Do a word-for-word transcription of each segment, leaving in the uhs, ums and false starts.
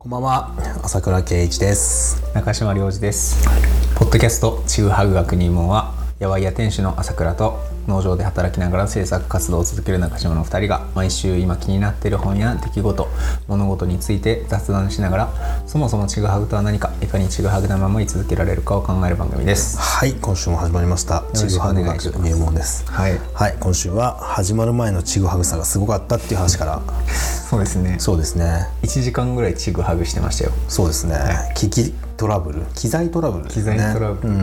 こんばんは、朝倉圭一です。 中島良二です。ポッドキャストちぐはぐ学入門は、やわいや店主の朝倉と農場で働きながら制作活動を続ける中島のふたりが、毎週今気になっている本や出来事、物事について雑談しながら、そもそもちぐはぐとは何か、いかにちぐはぐなまま居続けられるかを考える番組です。 はい、今週も始まりましたちぐはぐ学入門です。 はい、 はい、今週は始まる前のちぐはぐさがすごかったっていう話からそうですね。 そうですね。 いちじかんぐらいちぐはぐしてましたよ。 そうですね。はい、機器トラブル、機材トラブルですね。 機材トラブル。うん。うん、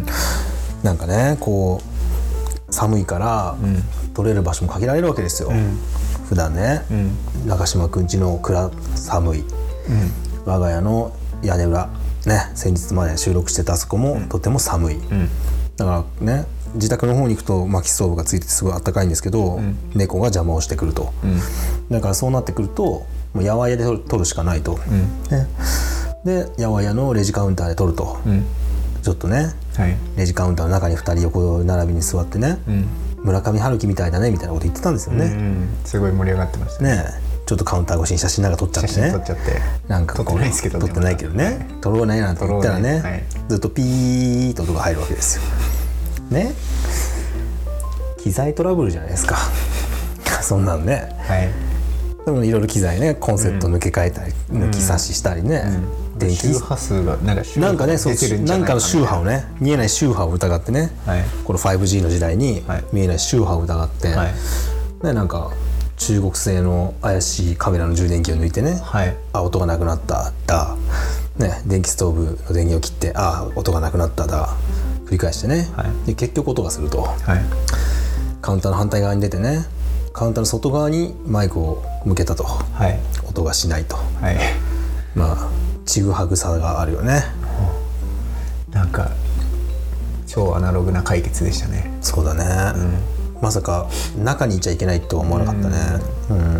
なんかね、こう寒いから、うん、取れる場所も限られるわけですよ。うん、普段ね、うん、中島くん家の蔵寒い、うん、我が家の屋根裏ね、先日まで収録してたあそこも、うん、とても寒い。うん、だからね。自宅の方に行くと薪ストーブがついててすごい暖かいんですけど、うん、猫が邪魔をしてくると、うん、だからそうなってくるともうやわやで取るしかないと、うんね、でやわやのレジカウンターで取ると、うん、ちょっとね、はい、レジカウンターの中にふたり横並びに座ってね、うん、村上春樹みたいだねみたいなこと言ってたんですよね。うんうん、 すごい盛り上がってましたね。 ね、ちょっとカウンター越しに写真なんか撮っちゃってね、 写真撮っちゃってなんかこう撮ってないですけど、 撮ってないけどね、はい、撮ろうねなんて言ったらね、はい、ずっとピーッと音が入るわけですよね。機材トラブルじゃないですかそんなのね、はい、でもいろいろ機材ね、コンセント抜け替えたり、うん、抜き差ししたりね、 うん、電気周波数がなんかなんかね、そうなんかの周波をね、見えない周波を疑ってね、はい、この ファイブジー の時代に見えない周波を疑って、はい、ね、なんか中国製の怪しいカメラの充電器を抜いてね、はい、あ、音がなくなっただ、ね、電気ストーブの電源を切って、あ、音がなくなっただ、繰り返してね、はい、で結局音がすると、はい、カウンターの反対側に出てね、カウンターの外側にマイクを向けたと、はい、音がしないと、はい、まあちぐはぐさがあるよね。 なんか超アナログな解決でしたね。 そうだね、うん、まさか中にいちゃいけないとは思わなかったね。うん、うん、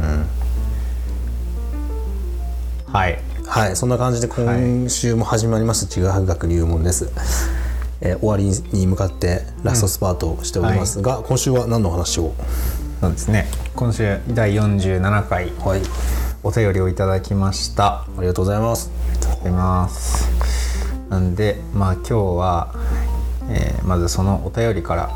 はいはい、そんな感じで今週も始まりましたちぐはぐ学入門です。えー、終わりに向かってラストスパートをしておりますが、うん、はい、今週は何の話を？ そうですね、今週だいよんじゅうななかい、はい、お便りをいただきました。 ありがとうございます。 ありがとうございます。なんでまあ今日は、えー、まずそのお便りから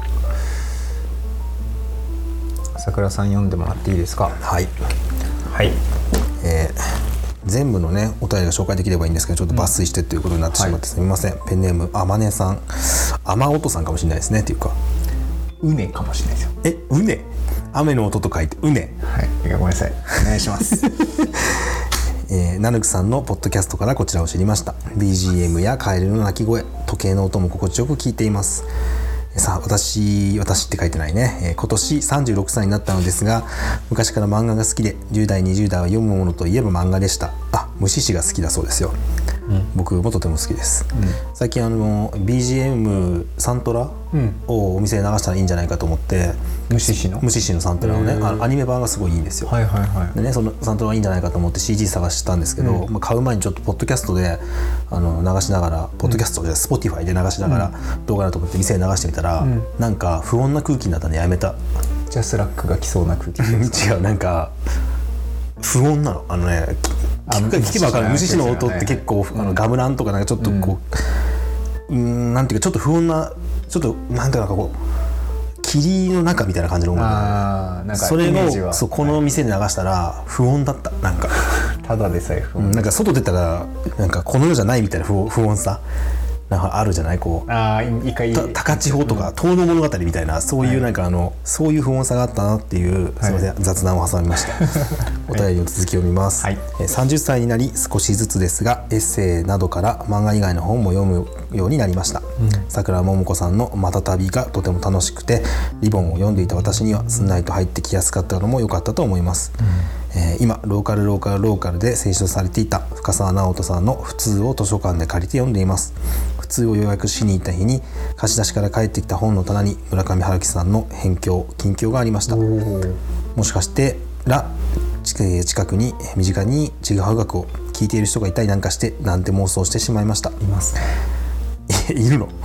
朝倉さん読んでもらっていいですか？ はいはい、 えー全部のねお便りが紹介できればいいんですけど、ちょっと抜粋してということになってしまってすみません、はい、ペンネームあまねさん、あまおとさんかもしれないですねっていうかうねかもしれないですよ。 え、うね、雨の音と書いてうね、 はい、ごめんなさい、お願いしますえー、ナヌクさんのポッドキャストからこちらを知りました。 ビージーエム やカエルの鳴き声、時計の音も心地よく聞いています。さあ私私って書いてないね、えー、今年さんじゅうろくさいになったのですが、昔から漫画が好きで、じゅうだいにじゅうだいは読むものといえば漫画でした。あ、虫師が好きだそうですよ。うん、僕もとても好きです。うん、最近あの ビージーエム サントラをお店で流したらいいんじゃないかと思って、 虫師の虫師のサントラをね、あのアニメ版がすごいいいんですよ。はいはいはい、でね、そのサントラがいいんじゃないかと思って シーディー 探したんですけど、うん、まあ、買う前にちょっとポッドキャストであの流しながら、ポッドキャストじゃ Spotify で流しながら、うん、動画だと思って店で流してみたら、うん、なんか不穏な空気になったんでやめた。 ジャスラックが来そうな空気ですか？ 違う、なんか不穏なの、あのね、聞けば分かる、虫師の音って結構、うん、あのガムランとかなんかちょっとこう、うん、なんていうかちょっと不穏な、ちょっとなんていうかこう霧の中みたいな感じの音楽、あ、なんかそれをそうこの店で流したら不穏だった、なんかただでさえ不穏、 うん、なんか外出たらなんかこの世じゃないみたいな 不, 不穏さなんかあるじゃない、こう、あ、いいかいい高千穂とか、うん、遠野物語みたいな、そういうなんかあの、はい、そういう不穏さがあったなっていう、すいません、はい、雑談を挟みましたお便りの続きを見ます、はい、さんじゅっさいになり少しずつですがエッセイなどから漫画以外の本も読むようになりました。さくらももこさんのまた旅がとても楽しくて、リボンを読んでいた私にはすんなりと入ってきやすかったのも良かったと思います、うん、えー、今ローカルローカルローカルで選出されていた深澤直人さんの普通を図書館で借りて読んでいます。普通を予約しに行った日に貸し出しから帰ってきた本の棚に村上春樹さんの辺境近況がありました。もしかしてら近くに身近にちぐはぐ学を聞いている人がいたりなんかして、なんて妄想してしまいました。 いますねいるの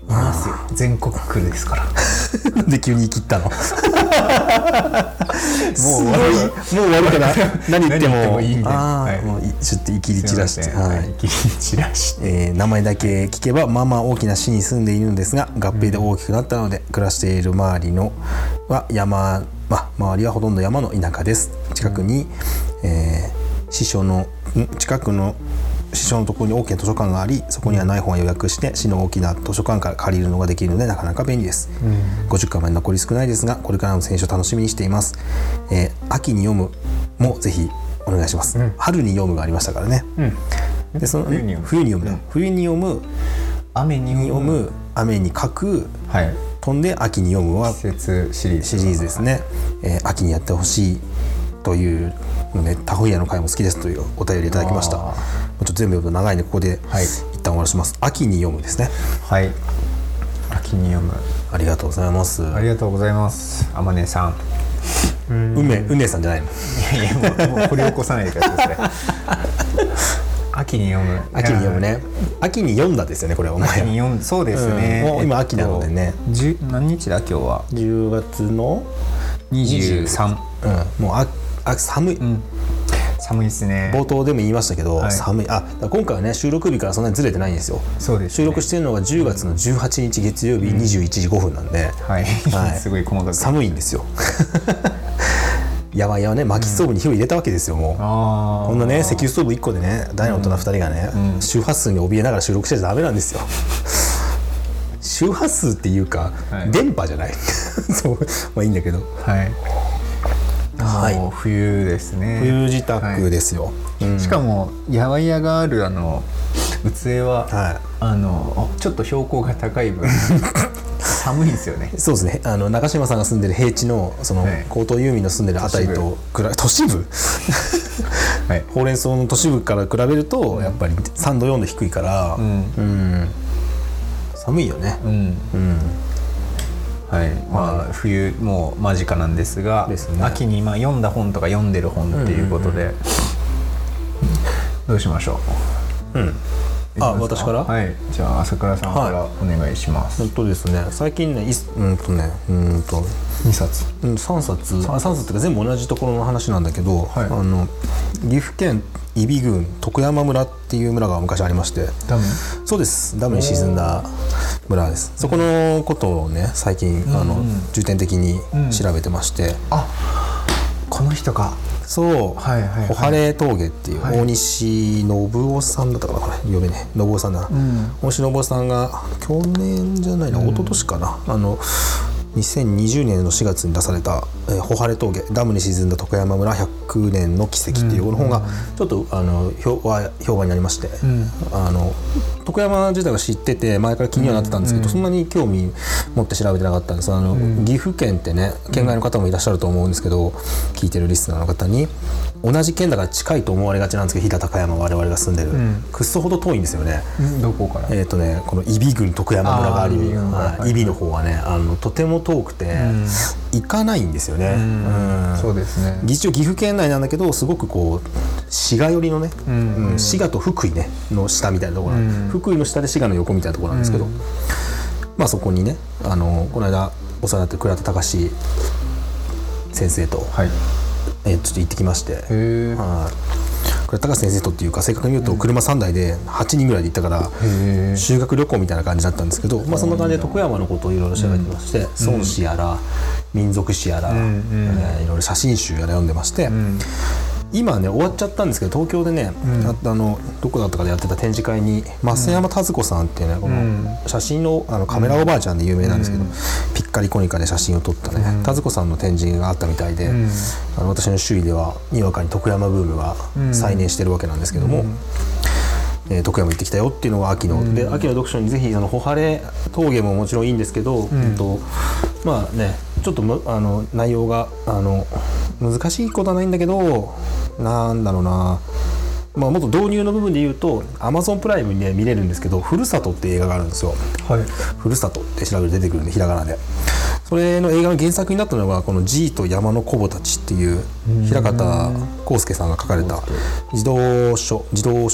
いますよ、全国来るですからで急に言い切ったのもう終わりもう終わりかな何言っても何言ってもいいんで、 あ、 はい、 もうちょっと言い切り散らして、 はい、言い切り散らして、 えー、名前だけ聞けばまあまあ大きな市に住んでいるんですが、合併で大きくなったので、うん、暮らしている周りのは山、まあ、周りはほとんど山の田舎です。近くに、うん、えー、師匠の近くの師匠のところに大きな図書館があり、そこにはない本を予約して市の大きな図書館から借りるのができるのでなかなか便利です、うん、ごじゅっかいまで残り少ないですが、これからの選手を楽しみにしています。えー、秋に読むもぜひお願いします、うん、春に読むがありましたからね、うん、でその冬に読む、冬に読む、うん、冬に読む、雨に読む、雨に書く、はい、飛んで秋に読むは季節シリーズ、シリーズですね、はい、えー、秋にやってほしいというので、タホイヤの会も好きですというお便りいただきました。ちょっと全部読むと長いのでここで一旦終わらします、はい、秋に読むですね。 はい、秋に読む、 ありがとうございます。 ありがとうございます。あまねさん、 うめうねさんじゃないの。 いやいや、もう、もう掘り起こさないでくださいですね秋に読む、 秋に読むね。秋に読んだですよね、これお前。 秋に読ん、そうですね、 うん、もう今秋なのでね、 えっと、何日だ今日はじゅうがつのにじゅうさん、 うん、もうああ寒い、うん、 寒いですね。 冒頭でも言いましたけど、はい、寒い。あ、今回はね収録日からそんなにずれてないんですよ。 そうですね、 収録してるのがじゅうがつのじゅうはちにち月曜日にじゅういちじごふんなんで、 うん、はい、はい、すごい細かく寒いんですよやばいやばね、薪ストーブに火を入れたわけですよ、もう、うん、こんなね石油ストーブいっこでね大の大人ふたりがね、うん、周波数に怯えながら収録してちゃダメなんですよ周波数っていうか、はい、電波じゃないそう、まあいいんだけど、はい、 はい、冬ですね。 冬支度ですよ、 はい、うん、しかもやわいやがあるあの宇江は、はい、あのちょっと標高が高い分寒いんですよね。 そうですね、あの中島さんが住んでる平地のその、はい、江東ユーミンの住んでるあたりと比べ、都市部はい、ほうれん草の都市部から比べると、うん、やっぱりさんどよんど低いから、うんうん、寒いよね、うんうん、 はい、まあ、冬もう間近なんですが、ですね、秋にまあ読んだ本とか読んでる本っていうことで、うんうんうん、どうしましょう。うん、 あ、私から、 はい、じゃあ朝倉さんからお願いします。 はい、とですね、最近ね、いうんとね、うんとにさつ、 うん、さんさつ、あ、さんさつっていうか全部同じところの話なんだけど、はい、あの岐阜県揖斐郡徳山村っていう村が昔ありまして、 ダム？ そうです、ダムに沈んだ村です。そこのことをね最近、うん、あの重点的に調べてまして、うん、 あ、この人か。 そう、はいはいはい、穂晴峠っていう、はい、大西信夫さんだったかな、これ読めね、信夫さんだな、うん、大西信夫さんが去年じゃないな、一昨年かな、あのにせんにじゅうねんのしがつに出された「えー、穂晴峠ダムに沈んだ徳山村ひゃくねんの奇跡」っていうこの本がちょっとあの評判になりまして、うん、あの徳山自体は知ってて前から気にはなってたんですけど、うん、そんなに興味持って調べてなかったんです。あの、うん、岐阜県ってね県外の方もいらっしゃると思うんですけど、聞いてるリスナーの方に同じ県だから近いと思われがちなんですけど、飛騨高山我々が住んでる、うん、くっそほど遠いんですよね、 うん、どこから？ えーとね、この揖斐郡徳山村がある揖斐の方はね、あのとても遠くて、うん、行かないんですよね、 うんうん、そうですね。 一応岐阜県内なんだけどすごくこう滋賀寄りのね、うんうん、滋賀と福井ねの下みたいなところ、うん、福井の下で滋賀の横みたいなところなんですけど、うん、まあそこにね、あのこの間お世話になってる倉田隆先生と、はい、えー、ちょっと行ってきまして、はい、これ高橋先生とっていうか正確に言うと車さんだいではちにんぐらいで行ったから修学旅行みたいな感じだったんですけど、まあ、そんな感じで徳山のことをいろいろ調べてまして、うん、孫子やら民族史やら、うん、えー、いろいろ写真集やら読んでまして、うん、今ね終わっちゃったんですけど東京でね、うん、ああのどこだったかでやってた展示会に増山田子さんっていうね、この写真 の, あのカメラおばあちゃんで有名なんですけど、うん、ピッカリコニカで写真を撮ったね、うん、田子さんの展示があったみたいで、うん、あの私の周囲ではにわかに徳山ブームが再燃してるわけなんですけども、うん、えー、徳山行ってきたよっていうのが秋の、うん、で秋の読書にぜひあの穂晴峠ももちろんいいんですけど、うん、とまあねちょっとあの内容があの難しいことはないんだけど、なんだろうな、まあ、もっと導入の部分で言うと Amazon プライムに、ね、見れるんですけど、ふるさとって映画があるんですよ、はい、ふるさとって調べると出てくるんで、ひらがなで。それの映画の原作になったのがこの G と山の小坊たちっていう平方康介さんが書かれた児童書児童書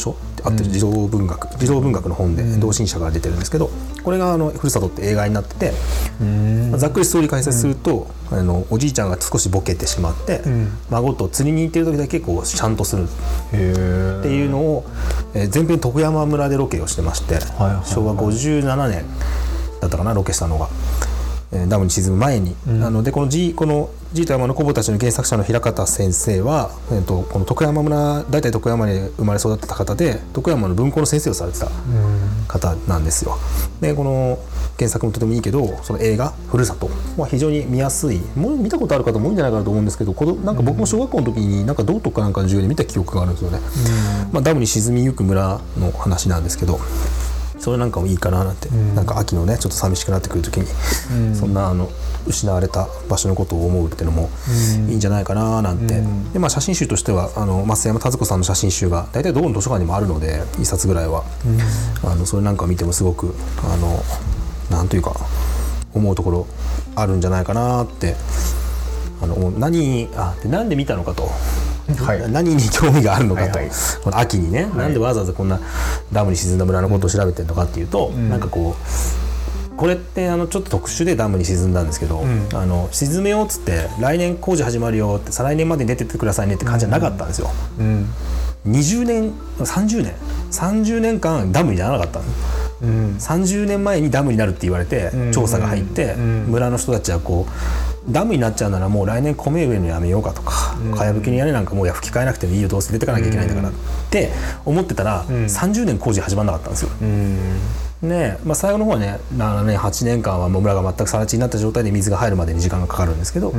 合ってる児童文学児童文学の本で同心者が出てるんですけど、これがあのふるさとって映画になってて、まあ、ざっくりストーリー解説すると、うん、あのおじいちゃんが少しボケてしまって、うん、孫と釣りに行ってる時だけこうちゃんとするっていうのを、えー、前編徳山村でロケをしてまして、はいはいはい、しょうわごじゅうななねんだったかなロケしたのが。ダムに沈む前に、うん、あのでこの G この G と山のコボたちの原作者の平方先生は、えー、とこの徳山村大体徳山で生まれ育った方で徳山の文校の先生をされてた方なんですよ。でこの原作もとてもいいけどその映画「ふるさと」は非常に見やすい、もう見たことある方も多いんじゃないかなと思うんですけど、このなんか僕も小学校の時になんか道徳かなんかの授業で見た記憶があるんですよね。まあ、ダムに沈みゆく村の話なんですけど、それなんかもいいかななんて、うん、なんか秋のねちょっと寂しくなってくる時に、うん、そんなあの失われた場所のことを思うっていうのもいいんじゃないかななんて、うん、でまあ写真集としてはあの増山達子さんの写真集が大体どこの図書館にもあるのでいっさつぐらいは、うん、あのそれなんか見てもすごくあのなんというか思うところあるんじゃないかなって、あの何あでなんで見たのかと。はい、何に興味があるのかと、はいはい、この秋にね、はい、なんでわざわざこんなダムに沈んだ村のことを調べてるのかっていうと、うん、なんかこうこれってあのちょっと特殊でダムに沈んだんですけど、うん、あの沈めようっつって来年工事始まるよって再来年までに出てってくださいねって感じじゃなかったんですよ、うん、にじゅうねんさんじゅうねんさんじゅうねんかんダムにならなかったの、うん、さんじゅうねんまえにダムになるって言われて、うん、調査が入って、うん、村の人たちはこうダムになっちゃうならもう来年米植えるのやめようかとか、うん、かやぶきの屋根なんかもう吹き替えなくてもいいよどうせ出てかなきゃいけないんだからって思ってたら、うん、さんじゅうねん工事始まらなかったんですよ、うんねまあ、最後の方はねななねんはちねんかんはもう村が全く更地になった状態で水が入るまでに時間がかかるんですけど、うん、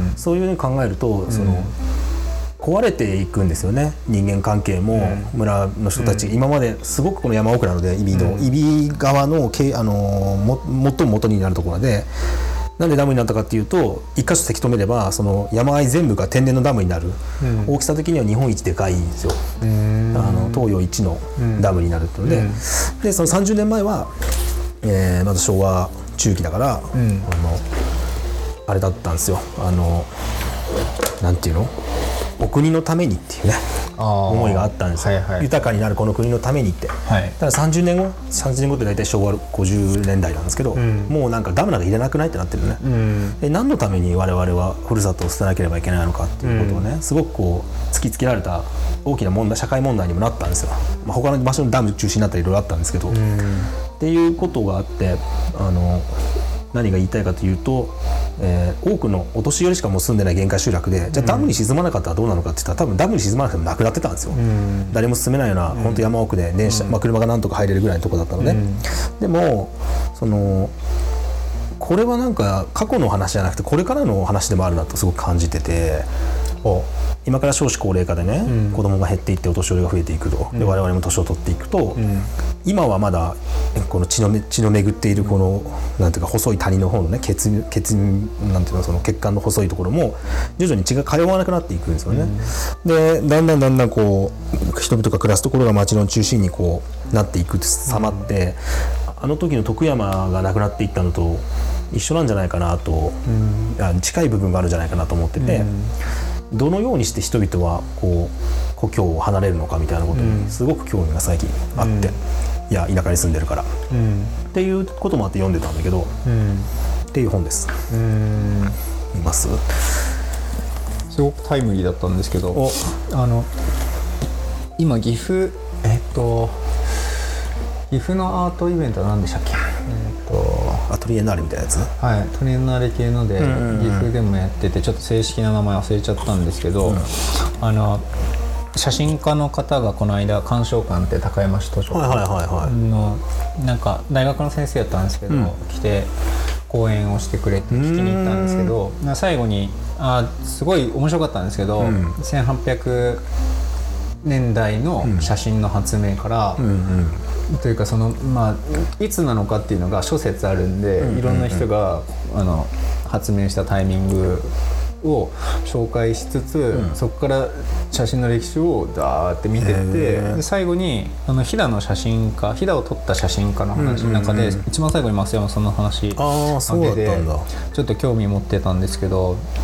そういうのを考えるとその、うん壊れていくんですよね、人間関係も村の人たち、うん、今まですごくこの山奥なので揖斐の揖斐川のけあのも最も元になるところで、なんでダムになったかっていうと一箇所せき止めればその山あい全部が天然のダムになる、うん、大きさ的には日本一でかいんですよ、あの東洋一のダムになるっていうので、うん、でそのさんじゅうねんまえは、えー、まず昭和中期だから、うん、あのあれだったんですよ、あのなんていうのお国のためにっていうね思いがあったんですよ、はいはい、豊かになるこの国のためにって、はい、たださんじゅうねんごさんじゅうねんごって大体昭和ごじゅうねんだいなんですけど、うん、もうなんかダムなんかいらなくないってなってるね、うん、で何のために我々はふるさとを捨てなければいけないのかっていうことをね、うん、すごくこう突きつけられた大きな問題社会問題にもなったんですよ、まあ、他の場所のダム中心になったりいろいろあったんですけど、うん、っていうことがあってあの何が言いたいかというと、えー、多くのお年寄りしかもう住んでない限界集落でじゃあダムに沈まなかったらどうなのかって言ったら多分ダムに沈まなくてもなくなってたんですよ、うん、誰も住めないような、うん、本当山奥で電車、うんまあ、車がなんとか入れるぐらいのところだったので、うん、でもそのこれはなんか過去の話じゃなくてこれからの話でもあるなとすごく感じてて、今から少子高齢化でね、うん、子供が減っていってお年寄りが増えていくと、で我々も年を取っていくと、うん、今はまだこの血の血の巡っているこの、うん、なんていうか細い谷の方のね血血なんていうのその血管の細いところも徐々に血が通わなくなっていくんですよね、うん、でだんだんだんだんこう人々が暮らすところが町の中心にこうなっていく様って、うん、あの時の徳山がなくなっていったのと一緒なんじゃないかなと、うん、近い部分があるんじゃないかなと思ってて、うん、どのようにして人々はこう故郷を離れるのかみたいなことにすごく興味が最近あって、うん、いや田舎に住んでるから、うん、っていうこともあって読んでたんだけど、うん、っていう本です。うん、見ます？ すごくタイムリーだったんですけど、あの今岐阜えっと岐阜のアートイベントは何でしたっけ？えっとアトリエナーレみたいなやつ、 はい、トリエナーレ系ので、うんうんうん、岐阜でもやっててちょっと正式な名前忘れちゃったんですけど、うん、あの写真家の方がこの間鑑賞館って高山市図書館のなんか大学の先生やったんですけど、うん、来て講演をしてくれて聞きに行ったんですけど、最後にあすごい面白かったんですけど、うん、せんはっぴゃくねんだいの写真の発明から、うんうんうん、というかその、まあ、いつなのかっていうのが諸説あるんで、うんうんうん、いろんな人があの発明したタイミングを紹介しつつ、うん、そこから写真の歴史をダーって見てって、で最後にあの飛騨の写真家飛騨を撮った写真家の話の中で、うんうんうん、一番最後に増山さんの話あそうだったんだちょっと興味持ってたんですけど、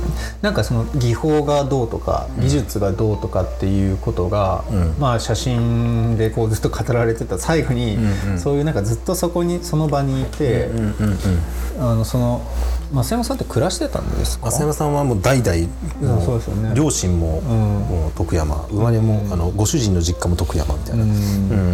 なんかその技法がどうとか技術がどうとかっていうことが、うん、まあ写真でこうずっと語られてた最後に、うんうん、そういうなんかずっとそこにその場にいて、うんうんうんうん、あのその増山さんって暮らしてたんですか？ 増山さんはもう代々もうそうですよね、両親も、うん、もう徳山、生まれも、うん、あのご主人の実家も徳山みたいな、うんうん、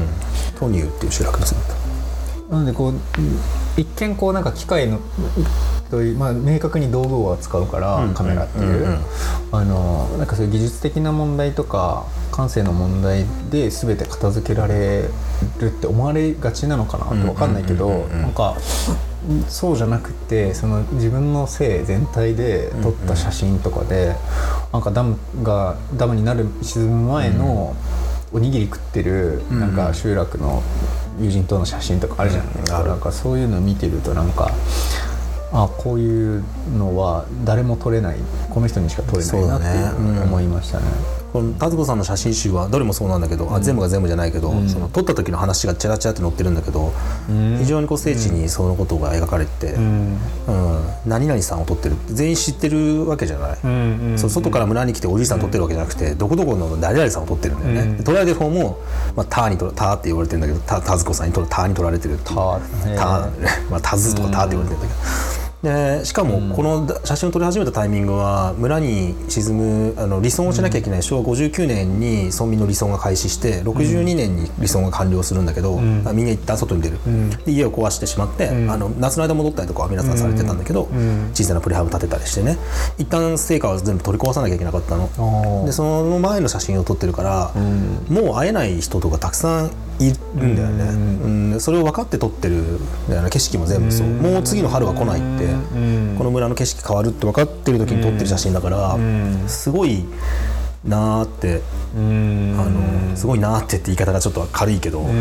トニューっていう集落ですね。 なのでこう一見こうなんか機械のという、まあ、明確に道具を扱うから、うん、カメラっていう、うんうん、あのなんかそういう技術的な問題とか感性の問題で全て片付けられるって思われがちなのかなって分かんないけど、なんかそうじゃなくてその自分の性全体で撮った写真とかで、うんうん、なんかダムがダムになる沈む前のおにぎり食ってるなんか集落の友人との写真とかあるじゃないですか、うん、なんかそういうのを見てるとなんかあこういうのは誰も撮れないこの人にしか撮れないなっていう、思いましたね。 この田鶴子さんの写真集はどれもそうなんだけど、うん、あ全部が全部じゃないけど、うん、その撮った時の話がチラチラって載ってるんだけど、うん、非常にこう精緻にそのことが描かれて、うんうん、何々さんを撮ってるって全員知ってるわけじゃない、うんうんうん、そう外から村に来ておじいさん撮ってるわけじゃなくて、どこどこの誰々さんを撮ってるんだよね、うん、撮られてる方も、まあ、ターにとターって言われてるんだけど、田鶴子さんに撮るターに撮られてるっていうターなんでね、まあ、タズとかターって言われてるんだけど、でしかもこの写真を撮り始めたタイミングは村に沈むあの離村をしなきゃいけないしょうわごじゅうきゅうねんに村民の離村が開始してろくじゅうにねんに離村が完了するんだけど、うん、みんな一旦外に出る、うん、で家を壊してしまって、うん、あの夏の間戻ったりとかは皆さんされてたんだけど、うん、小さなプレハブ建てたりしてね、一旦成果は全部取り壊さなきゃいけなかったので、その前の写真を撮ってるから、うん、もう会えない人とかたくさんいるんだよね、うんうん、それを分かって撮ってるんだよね。景色も全部そう、もう次の春は来ないって、うん、この村の景色変わるって分かってる時に撮ってる写真だから、うん、すごいなーって、うん、あのすごいなーってって言い方がちょっと軽いけど、うん、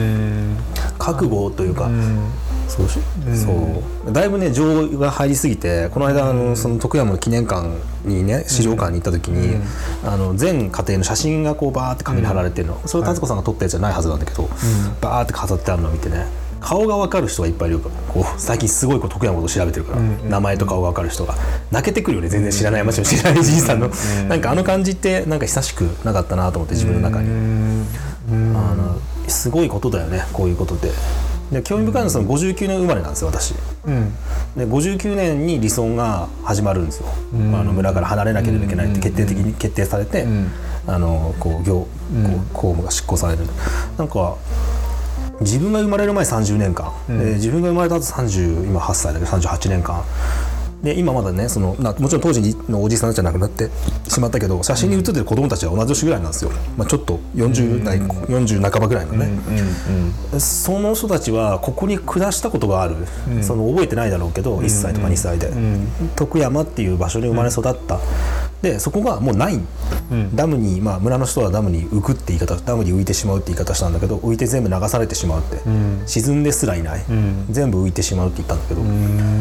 覚悟というか、うん、そう、うん、そうだいぶね情が入りすぎて、この間あのその徳山の記念館にね資料館に行った時に、うん、あの全家庭の写真がこうバーって紙に貼られてるの、うん、それは達子さんが撮ったやつじゃないはずなんだけど、うん、バーって飾ってあるのを見てね、顔が分かる人がいっぱいいるから、こう最近すごいこう徳山のこと調べてるから、うん、名前と顔が分かる人が泣けてくるよね。全然知らない町の知らないじいさんの、うん、なんかあの感じってなんか久しくなかったなと思って、自分の中に、うんうん、あのすごいことだよねこういうことで。で興味深いのはそのごじゅうきゅうねん生まれなんですよ私、うん、でごじゅうきゅうねんに離村が始まるんですよ、うん、あの村から離れなければいけないって決定的に決定されて、うん、あのこう業、うん、こう公務が執行される。なんか自分が生まれる前さんじゅうねんかん、うん、で自分が生まれた後さんじゅう今はっさいだけどさんじゅうはちねんかんで、今まだねそのもちろん当時のおじいさんじゃなくなってしまったけど、写真に写ってる子供たちは同じ年ぐらいなんですよ、まあ、ちょっとよんじゅう代、うん、よんじゅう半ばぐらいのね、うんうん、その人たちはここに暮らしたことがある、うん、その覚えてないだろうけどいっさいとかにさいで、うん、徳山っていう場所に生まれ育った、うん、でそこがもうない、うん、ダムに、まあ、村の人はダムに浮くって言い方、ダムに浮いてしまうって言い方したんだけど、浮いて全部流されてしまうって、うん、沈んですらいない、うん、全部浮いてしまうって言ったんだけど、うん、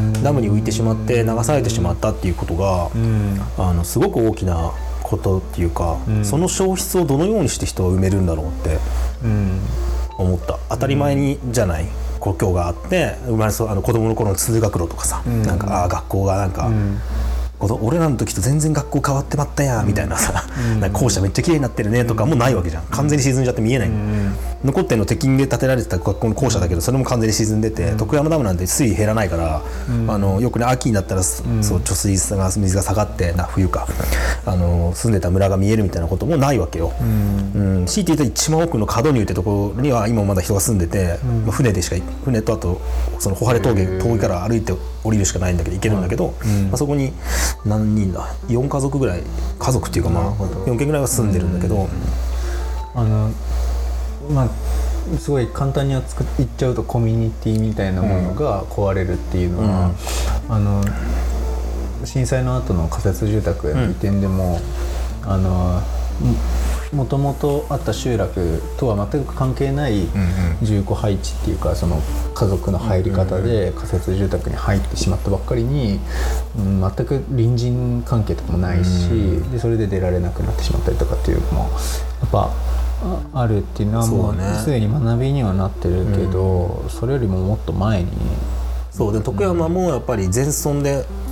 ダムに浮いてしまって流されてしまったっていうことが、うん、あのすごく大きなことっていうか、うん、その消失をどのようにして人は埋めるんだろうって思った。当たり前にじゃない、故郷があって生まれそうあの子供の頃の通学路とかさ、うん、なんかあ学校がなんか、うん俺らの時と全然学校変わってまったやみたいなさ、うん、なんか校舎めっちゃ綺麗になってるねとかもないわけじゃん。完全に沈んじゃって見えない、うん、残ってるの鉄筋で建てられてた学校の校舎だけどそれも完全に沈んでて、うん、徳山ダムなんて水位減らないから、うん、あのよくね秋になったら、うん、そう貯水が水が下がってな冬かあの住んでた村が見えるみたいなこともないわけよ、うんうん、強いて言ったら一番奥の角入ってところには今もまだ人が住んでて、うんまあ、船でしか船とあとその穂晴峠峠から歩いて降りるしかないんだけど行けるんだけど、うんまあ、そこに何人だよん家族ぐらい家族っていうかまあよんけんぐらいは住んでるんだけど、 あのまあすごい簡単に扱っちゃうとコミュニティみたいなものが壊れるっていうのは、うん、あの震災の後の仮設住宅への移転でも、うん、あのもともとあった集落とは全く関係ない住戸配置っていうか、その家族の入り方で仮設住宅に入ってしまったばっかりに、うん、全く隣人関係とかもないし、でそれで出られなくなってしまったりとかっていうのもやっぱあるっていうのはもうすでに学びにはなってるけど、それよりももっと前に。 そうで徳山もやっぱり全村で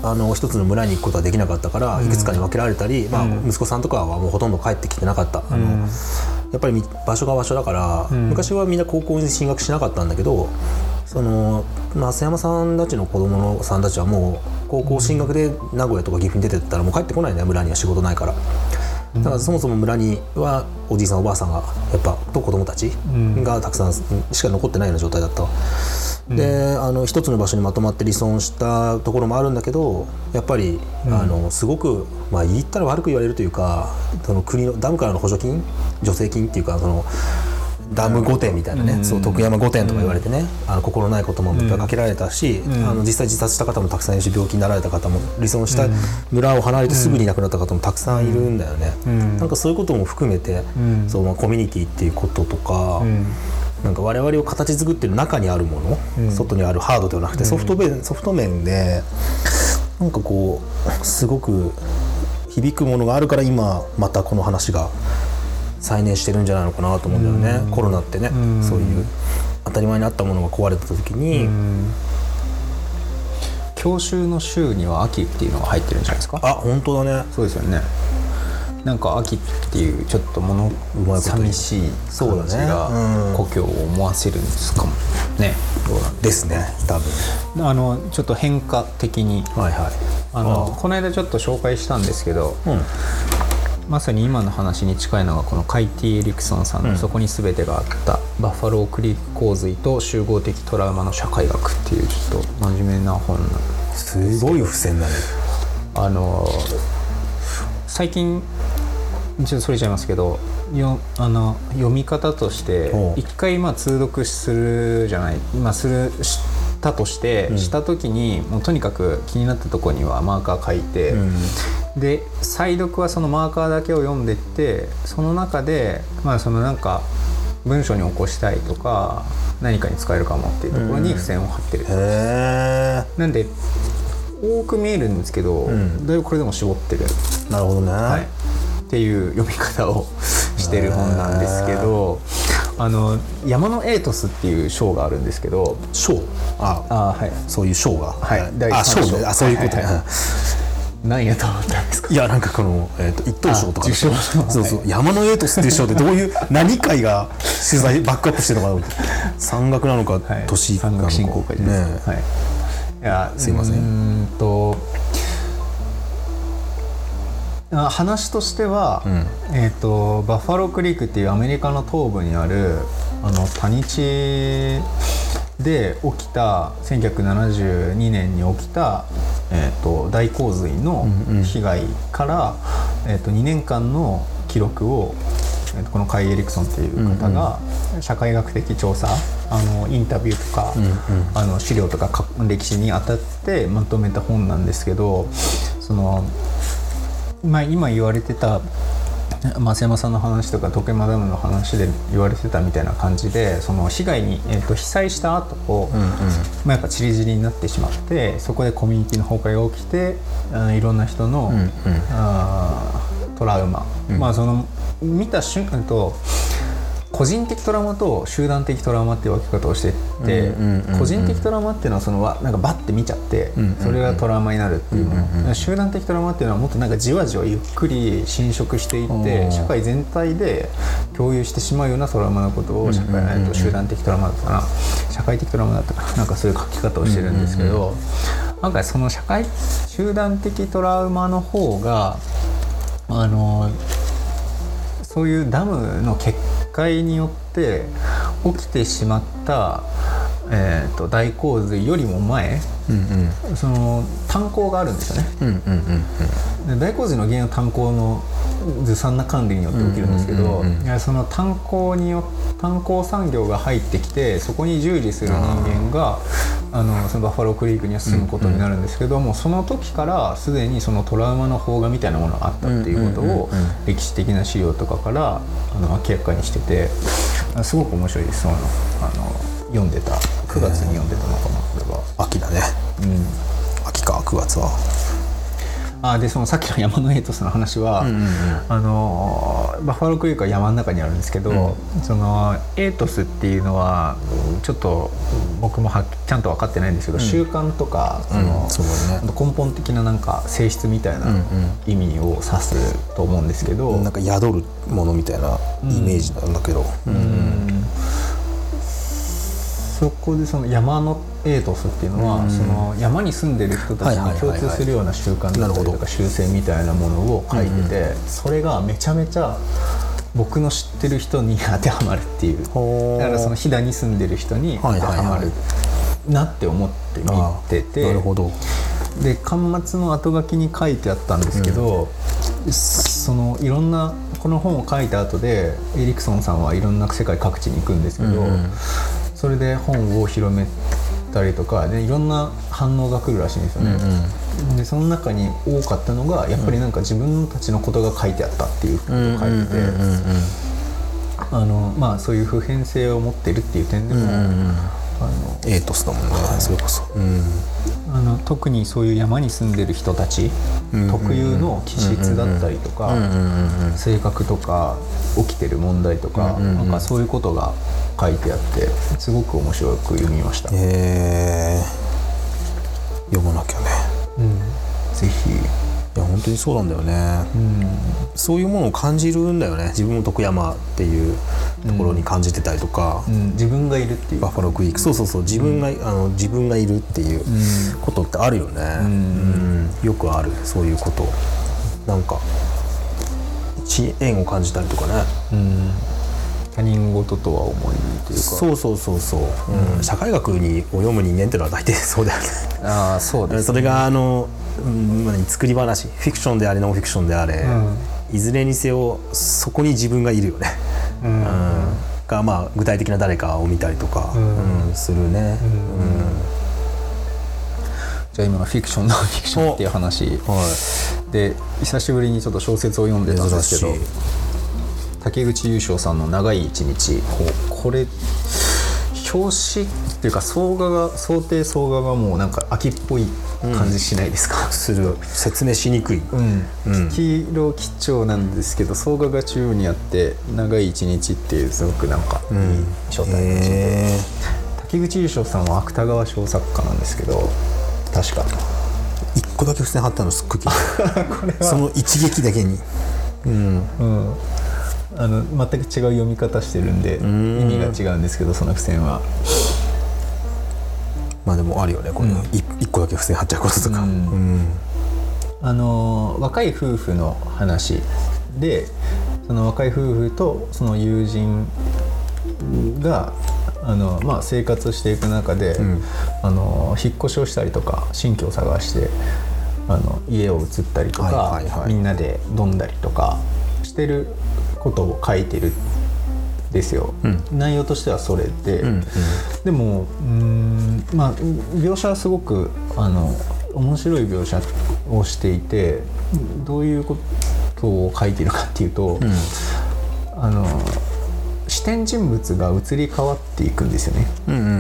あの一つの村に行くことはできなかったから、うん、いくつかに分けられたり、まあ、息子さんとかはもうほとんど帰ってきてなかった、あの、うん、やっぱり場所が場所だから、うん、昔はみんな高校に進学しなかったんだけど、その増山さんたちの子供のさんたちはもう高校進学で名古屋とか岐阜に出てったらもう帰ってこないんだよ、村には仕事ないから。だからそもそも村にはおじいさんおばあさんがやっぱと子供たちがたくさんしか残ってないような状態だった、うん、であの一つの場所にまとまって離村したところもあるんだけど、やっぱり、うん、あのすごく、まあ、言ったら悪く言われるというか、その国のダムからの補助金助成金っていうか、そのダム御殿みたいなね、うん、そう徳山御殿とか言われてね、うん、あの心ない言葉もいっぱいかけられたし、うん、あの実際自殺した方もたくさんいるし、病気になられた方も、離村した村を離れてすぐに亡くなった方もたくさんいるんだよね、うん、なんかそういうことも含めて、うん、そうまあ、コミュニティっていうこととか、うん、なんか我々を形作ってる中にあるもの、うん、外にあるハードではなくてソフト面、ソフト面でなんかこうすごく響くものがあるから、今またこの話が再燃してるんじゃないのかなと思うんだよね、うん、コロナってね、うん、そういう当たり前にあったものが壊れた時に、うん、 郷愁の秋には秋っていうのが入ってるんじゃないですか。 あ、本当だね。 そうですよね。なんか秋っていうちょっと物寂しい感じが故郷を思わせるんですかもね。 どうなんですね、多分。 あのちょっと変化的に、はいはい、あのあこの間ちょっと紹介したんですけど、うん、まさに今の話に近いのがこのカイティ・エリクソンさんの、うん、そこに全てがあったバッファロークリーク洪水と集合的トラウマの社会学っていうちょっと真面目な本なんですけど、 すごい付箋だね。 あの最近ちょっとそれちゃいますけど、よあの読み方として一回まあ通読するじゃない、まあ、するしたとして、うん、した時にもうとにかく気になったところにはマーカー書いて、うん、で再読はそのマーカーだけを読んでいって、その中でまあそのなんか文章に起こしたいとか何かに使えるかもっていうところに付箋を貼ってる、うん、へー。なんで多く見えるんですけど、うん、だいぶこれでも絞ってる。 なるほどね、 はい、っていう読み方をしてる本なんですけど、あの山のエイトスっていう賞があるんですけど、 賞、ああ、はい、そういう賞が、 はい、 だいさん賞、あ、そういうことね、はいはい、 何やと思ったんですか。 いや、なんかこの、えー、と一等賞とか、受賞、そうそう、山のエイトスっていう賞でどういう何回が取材バックアップしてるのかな。山岳なのか、はい、都市なのか、 山岳振興会ですね、はい、いや、 すいません。うーんと話としては、うん、えーと、バッファロークリークっていうアメリカの東部にあるあの谷地で起きたせんきゅうひゃくななじゅうにねんに起きた、えーと、大洪水の被害から、うんうん、えーと、にねんかんの記録を、えーと、このカイ・エリクソンっていう方が社会学的調査、あのインタビューとか、うんうん、あの資料とか歴史にあたってまとめた本なんですけど、そのまあ、今言われてた増山さんの話とか徳山ダムの話で言われてたみたいな感じで、その被害に、えー、と被災した後を、うんうん、まあ、やっぱ散り散りになってしまって、そこでコミュニティの崩壊が起きて、あいろんな人の、うんうん、あトラウマ、うん、まあその見た瞬間と個人的トラウマと集団的トラウマっていう分け方をしてって、うんうんうんうん、個人的トラウマっていうのはそのなんかバッて見ちゃって、うんうんうん、それがトラウマになるっていうもの、うんうん、集団的トラウマっていうのはもっとなんかじわじわゆっくり侵食していって社会全体で共有してしまうようなトラウマのことを社会、うんうんうんうん、集団的トラウマだったかな、社会的トラウマだったかな、なんかそういう書き方をしてるんですけど、うんうんうん、なんかその社会集団的トラウマの方があのそういうダムの決壊によって起きてしまった、えー、と大洪水よりも前、うんうん、その炭鉱があるんですよね、うんうんうんうん、で大洪水の原因は炭鉱のずさんな管理によって起きるんですけど、うんうんうんうん、その炭鉱によ炭鉱産業が入ってきてそこに従事する人間があのそのバッファロークリークには進むことになるんですけども、うんうん、その時からすでにそのトラウマの邦画みたいなものがあったっていうことを歴史的な資料とかからあの明らかにしてて、すごく面白いです。そのあの読んでたくがつに読んでたのかな、これは秋だね、うん、秋かくがつはあでそのさっきの山のエイトスの話は、うんうんうん、あのバッファロークリークは山の中にあるんですけど、うん、そのエイトスっていうのはちょっと僕もはちゃんと分かってないんですけど、うん、習慣とかその、うんそうだね、根本的ななんか性質みたいな意味を指すと思うんですけど、 うんうん、なんか宿るものみたいなイメージなんだけど、うんうんうんそこでその山のエイトスっていうのは、うん、その山に住んでる人たちに共通するような習慣だったりとか習性みたいなものを書いてて、うん、それがめちゃめちゃ僕の知ってる人に当てはまるっていう、だからその飛騨に住んでる人に当てはまるなって思って見てて、 なるほど。 で巻末の後書きに書いてあったんですけど、うん、そのいろんなこの本を書いた後でエリクソンさんはいろんな世界各地に行くんですけど、うんそれで本を広めたりとかでいろんな反応が来るらしいんですよね、うんうん、でその中に多かったのがやっぱりなんか自分たちのことが書いてあったっていうことを書いてて、あのまあそういう普遍性を持っているっていう点でも、うんうんうん、あのエイトスだもんね、はい、それこそ、うん、 あの特にそういう山に住んでる人たち、うんうんうん、特有の気質だったりとか、うんうんうん、性格とか起きてる問題とか、うんうんうん、なんかそういうことが書いてあってすごく面白く読みました。 へー、読まなきゃね、 うん、ぜひ。 いや本当にそうなんだよね、うん、そういうものを感じるんだよね。自分も徳山っていうところに感じてたりとか、 うんうん、自分がいるっていうバッファロークリーク、そうそうそう、自分が、うん、あの自分がいるっていうことってあるよね、うんうん、よくあるそういうこと。なんか縁を感じたりとかね、うん他人事とは思いというか、 そうそうそうそう、うん、社会学にを読む人間っていうのは大体そうだよね。 ああそうですね。 それがあの、うん、作り話、フィクションであれノンフィクションであれ、うん、いずれにせよそこに自分がいるよね、うんうん、がまあ具体的な誰かを見たりとか、うんうん、するね、うんうん、 じゃあ今のフィクションノンフィクションっていう話、はい、で久しぶりにちょっと小説を読んでたんですけど、竹口優勝さんの長い一日、これ表紙っていうか総画が想定総画がもうなんか秋っぽい感じしないですか、 うん、する。説明しにくい、うんうん、黄色基調なんですけど総画が中央にあって長い一日っていうすごくなんかいい書体の字で、竹口優勝さんは芥川賞作家なんですけど確かいっこだけ付箋貼ったのすっごいこれはその一撃だけに、うんうんあの全く違う読み方してるんで意味が違うんですけど、その付箋はまあでもあるよねこれ、うん、いっこだけ付箋貼っちゃうこととか、うんうん、 あの若い夫婦の話で、その若い夫婦とその友人があの、まあ、生活していく中で、うん、あの引っ越しをしたりとか新居を探してあの家を移ったりとか、はいはいはい、みんなで飲んだりとかしてることを書いてるんですよ、うん、内容としてはそれで、うんうん、でもうーん、まあ、描写はすごくあの面白い描写をしていて、どういうことを書いてるかっていうと、うん、あの視点人物が移り変わっていくんですよね、うんうんうんうん、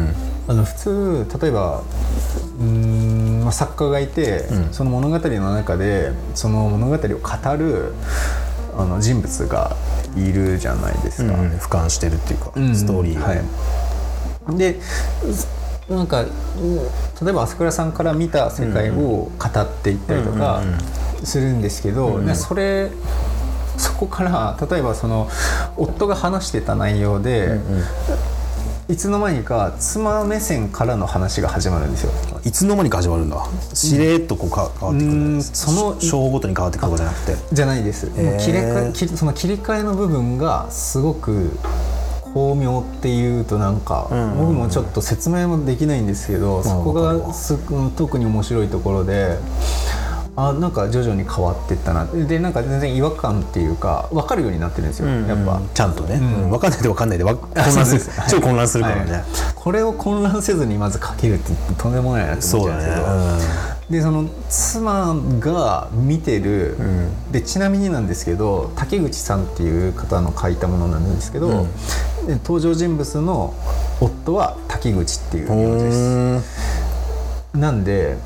あの普通例えばうーん、まあ、作家がいて、うん、その物語の中でその物語を語るあの人物がいるじゃないですか、うん、 俯瞰してるっていうか、うん、ストーリー、 はい、でなんか例えば朝倉さんから見た世界を語っていったりとかするんですけど、うんうん、それそこから例えばその夫が話してた内容で、うんうん、いつの間にか妻目線からの話が始まるんですよ。 いつの間にか始まるんだ。しれっとこうか変わってくるんです。その章ごとに変わってくるとかじゃなくてじゃないです、えー、もう切り替えその切り替えの部分がすごく巧妙っていうとなんか、うんうんうん、僕もちょっと説明もできないんですけど、うん、そこがす特に面白いところで、あなんか徐々に変わっていったなで、なんか全然違和感っていうか分かるようになってるんですよ、うんうん、やっぱちゃんとね、うん、分かんないと分かんないで混乱する超混乱するからね、はい、 これを混乱せずにまず書けるってとんでもないなって思っちゃうんですけど、そうだね、うん、でその妻が見てる、うん、でちなみになんですけど竹口さんっていう方の書いたものなんですけど、うん、で登場人物の夫は滝口っていう名字です。なんで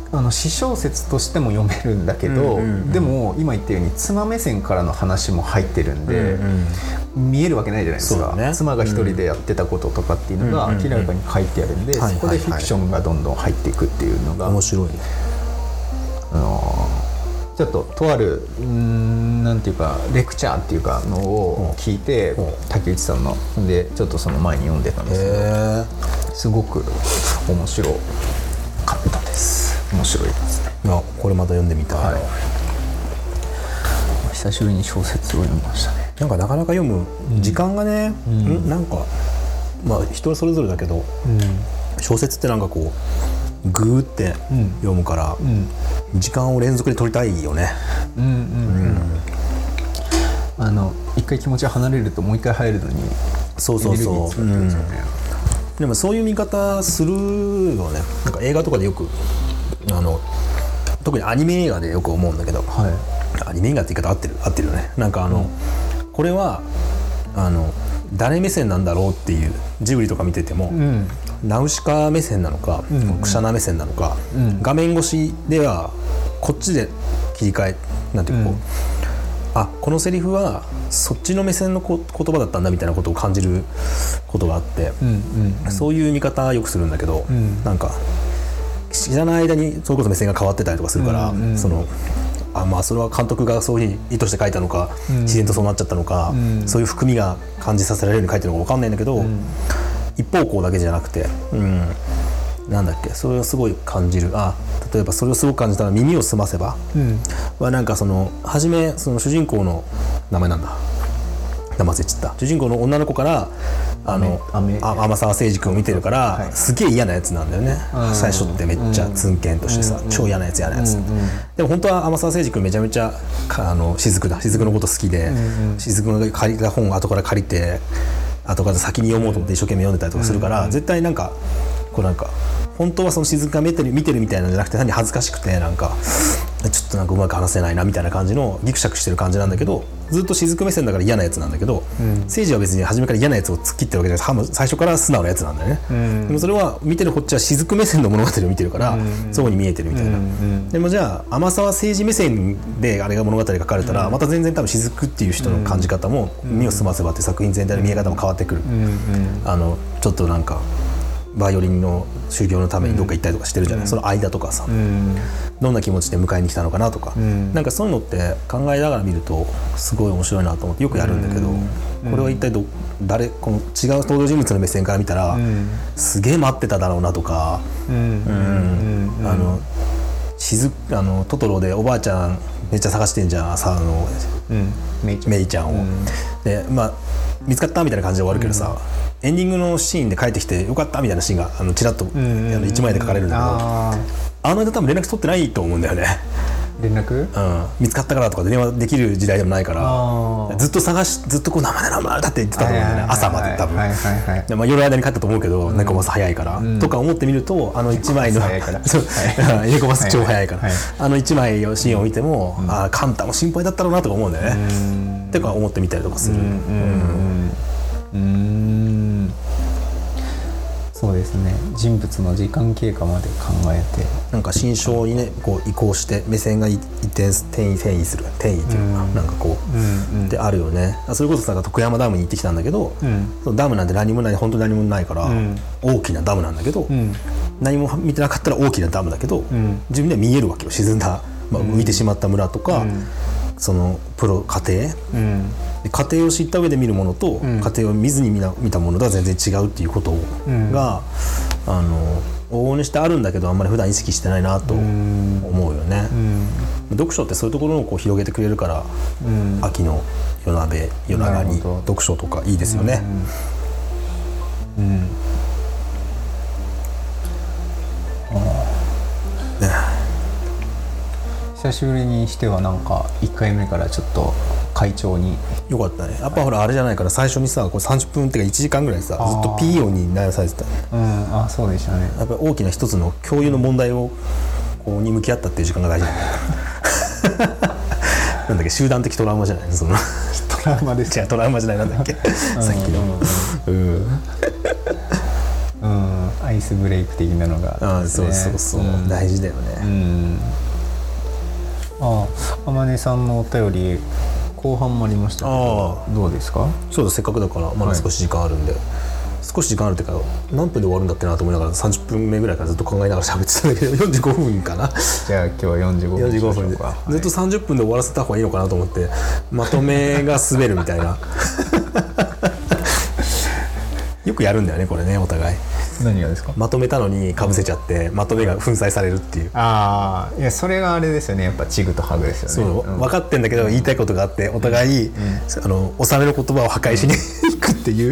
あの私小説としても読めるんだけど、うんうんうん、でも今言ったように妻目線からの話も入ってるんで、うんうん、見えるわけないじゃないですか、ね、妻が一人でやってたこととかっていうのが明らかに書いてあるんで、うんうんうん、そこでフィクションがどんどん入っていくっていうのが、 面白い、 あのちょっととあるうーんなんていうかレクチャーっていうかのを聞いて、うん、竹内さんのでちょっとその前に読んでたんですけど、すごく面白かったです。面白いですね。 いやこれまた読んでみたい、はい、 久しぶりに小説を読みましたね。 なんかなかなか読む時間がね、うん、なんかまあ人それぞれだけど、うん、小説ってなんかこうグーって読むから、うんうん、時間を連続で取りたいよね。うんうんうんうん、あの一回気持ちが離れるともう一回入るのにそうそうそう、エネルギー使ってるんですよね。うん、でもそういう見方するよね。なんか映画とかでよくあの特にアニメ映画でよく思うんだけど、はい、アニメ映画って言い方合ってる合ってるよね。なんかあの、うん、これはあの誰目線なんだろうっていうジブリとか見てても、うん、ナウシカ目線なのか、うんうん、クシャナ目線なのか、うん、画面越しではこっちで切り替えなんていうかこう、うん、あこのセリフはそっちの目線のこ言葉だったんだみたいなことを感じることがあって、うんうんうん、そういう見方よくするんだけど、うん、なんか知らない間にそれこそ目線が変わってたりとかするから、うんうん、そのあまあそれは監督がそういうふうに意図して書いたのか、うん、自然とそうなっちゃったのか、うん、そういう含みが感じさせられるように書いてるのか分かんないんだけど、うん、一方向だけじゃなくて、うん、なんだっけそれをすごい感じる。あ例えばそれをすごく感じたら耳をすませば、うん、はなんかその初めその主人公の名前なんだ名前忘れちゃった主人公の女の子からあの天沢誠二君を見てるから、はい、すげえ嫌なやつなんだよね、うん、最初ってめっちゃツンケンとしてさ、うん、超嫌なやつ嫌なやつ、うんうん、でも本当は天沢誠二君めちゃめちゃあの雫だ雫のこと好きで、うんうん、雫が借りた本を後から借りて後から先に読もうと思って一生懸命読んでたりとかするから、うんうん、絶対なんかこうなんか本当はその雫が見てる見てるみたいなんじゃなくて単に恥ずかしくてなんかちょっとなんかうまく話せないなみたいな感じのギクシャクしてる感じなんだけど、ずっと雫目線だから嫌なやつなんだけど、うん、誠治は別に初めから嫌なやつを突っ切ってるわけじゃなくて最初から素直なやつなんだよね、うん、でもそれは見てるこっちは雫目線の物語を見てるから、うん、そうに見えてるみたいな、うん、でもじゃあ天沢誠治目線であれが物語が書かれたら、うん、また全然多分雫っていう人の感じ方も、うん、身をすませばって作品全体の見え方も変わってくる、うん、あのちょっとなんかバイオリンの修行のためにどっか行ったりとかしてるじゃない、うん、その間とかさ、うん、どんな気持ちで迎えに来たのかなとか、うん、なんかそういうのって考えながら見るとすごい面白いなと思ってよくやるんだけど、うん、これは一体ど誰この違う登場人物の目線から見たら、うん、すげえ待ってただろうなとか、うんうんうん、あの雫あのトトロでおばあちゃんめっちゃ探してんじゃんさあの、うん、メイちゃん、メイちゃんを、うん、でまあ見つかったみたいな感じで終わるけどさ、うん、エンディングのシーンで帰ってきてよかったみたいなシーンがあのチラッと、うんうんうん、いちまいで書かれるんだけど、あ, あの間多分連絡取ってないと思うんだよね。 連絡、 うん、見つかったからとかで電話できる時代でもないからずっと探しずっとこう生で生でだって言ってたと思うんだよね、朝まで多分、はいはいはいでまあ、夜間に帰ったと思うけど、うん、猫バス早いから、うん、とか思ってみるとあのいちまいの猫バス超早いから、はいはいはい、あのいちまいのシーンを見ても、うん、あカンタも心配だったろうなとか思うんだよね、うん、ってか思ってみたりとかする。うんうんうんうーんそうですね、人物の時間経過まで考えてなんか心象にねこう移行して目線が一転転移転移する転移っていうか、うん、なんかこう、うんうん、であるよね。それこそさ徳山ダムに行ってきたんだけど、うん、そのダムなんて何もない本当に何もないから、うん、大きなダムなんだけど、うん、何も見てなかったら大きなダムだけど、うん、自分では見えるわけよ沈んだ、まあ、浮いてしまった村とか、うん、そのプロ家庭、うん家庭を知った上で見るものと、うん、家庭を見ずに見な見たものとは全然違うっていうことが、うん、あの往々にしてあるんだけどあんまり普段意識してないなと思うよね、うん、読書ってそういうところをこう広げてくれるから、うん、秋の夜鍋夜長に読書とかいいですよね、うんうんうんね、 久しぶりにしてはなんかいっかいめからちょっと快調によかったね。やっぱほらあれじゃないから最初にさこうさんじゅっぷんっていうかいちじかんぐらいさずっとピー音に流されてた、 うん、あそうでしたね。 やっぱり大きな一つの共有の問題をこうに向き合ったっていう時間が大事なんだなんだっけ集団的トラウマじゃないのそのトラウマです違うトラウマじゃないなんだっけさっきのうん、うんアイスブレイク的なのがあるんですね。 あそうそうそう、うん、大事だよね。うん、 ああ、天音さんのお便り後半もありましたけど、どうですか？ そうだ、せっかくだからまだ少し時間あるんで、はい、少し時間あるっていうか何分で終わるんだっけなと思いながらさんじゅっぷんめぐらいからずっと考えながら喋ってたんだけどよんじゅうごふんかな。 じゃあ今日はよんじゅうごふんよんじゅうごふんで、はい、ずっとさんじゅっぷんで終わらせた方がいいのかなと思ってまとめが滑るみたいなよくやるんだよねこれね、お互い。 何がですか？ まとめたのにかぶせちゃって、うん、まとめが粉砕されるっていう。 ああ、いやそれがあれですよね、やっぱチグとハグですよね。 そう、うん、分かってんだけど言いたいことがあってお互い、うんうん、あの納めの言葉を破壊しに行くっていう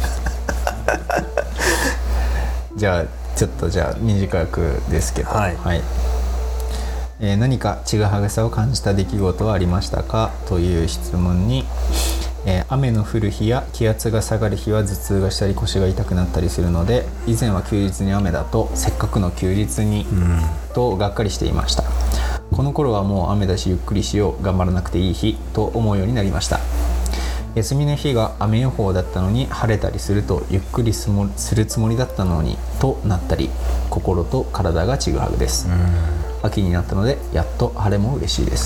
じゃあちょっとじゃあ短くですけど、はい、はい、えー、何かちぐはぐさを感じた出来事はありましたかという質問に、えー、雨の降る日や気圧が下がる日は頭痛がしたり腰が痛くなったりするので、以前は休日に雨だとせっかくの休日に、うん、とがっかりしていました。この頃はもう雨だしゆっくりしよう、頑張らなくていい日と思うようになりました。休みの日が雨予報だったのに晴れたりするとゆっくりすもするつもりだったのにとなったり、心と体がちぐはぐです。秋になったのでやっと晴れも嬉しいです。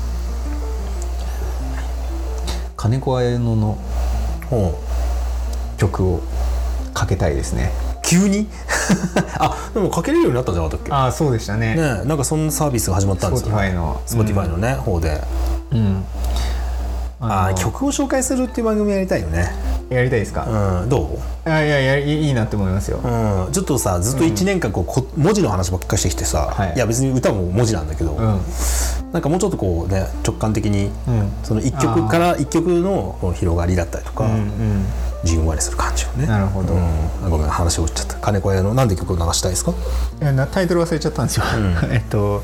金子綾乃の曲をかけたいですね。 急にあ、でもかけれるようになったんじゃなかったっけ？ あ、そうでしたね。 ね、なんかそんなサービスが始まったんですよ。 Spotify の Spotify のね、うん、方で。うん。ああ、曲を紹介するっていう番組やりたいよね。 やりたいですか？ うん、どう？ いやいやいや、いいなって思いますよ。 うん、ちょっとさ、ずっといちねんかんこう、こ文字の話ばっかりしてきてさ、はい、いや別に歌も文字なんだけど、うん、なんかもうちょっとこうね、直感的に、うん、そのいっきょくからいっきょくのこの広がりだったりとか、うんうん、じんわりする感じをね。 なるほど。うん、 ごめん、話を打っちゃった。金子屋のなんで曲を流したいですか？ いや、タイトル忘れちゃったんですよ。うん、えっと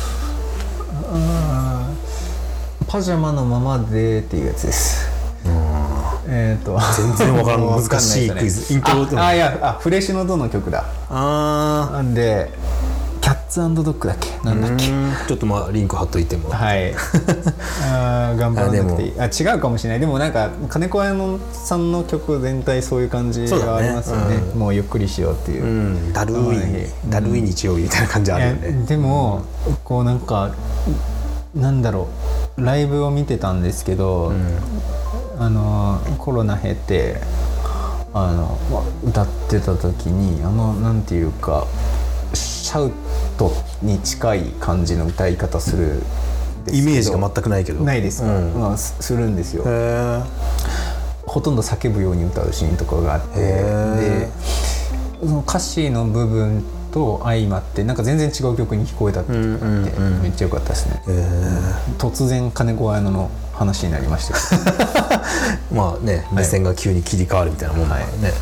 あパジャマのままでっていうやつです。えー、と全然わからん難しいクイズ。イントロああ、いや、あ、フレッシュのドの曲だ。ああ、なんでキャッツ&ドッグだっけ、なんだっけ。 ちょっとまあリンク貼っといても。 はい。あ、頑張らなくていい。あ、違うかもしれない。でもなんか金子綾乃さんの曲全体そういう感じがありますよね。う、ね、うん、もうゆっくりしようっていう。うん、 だるいだるい日曜日みたいな感じあるよね。 でも、うん、こうなんかなんだろう、ライブを見てたんですけど。うん、あのコロナ経てあの歌ってた時に、あのなんていうかシャウトに近い感じの歌い方するんですけど、 イメージが全くないけど。 ないですか？うん、まあ、するんですよ。へ、ほとんど叫ぶように歌うシーンとかがあって、でその歌詞の部分と相まってなんか全然違う曲に聞こえたっていうかって、めっちゃ良かったですね。突然金子綾乃の話になりましたけどまあね、目線が急に切り替わるみたいなもんだからね、はい、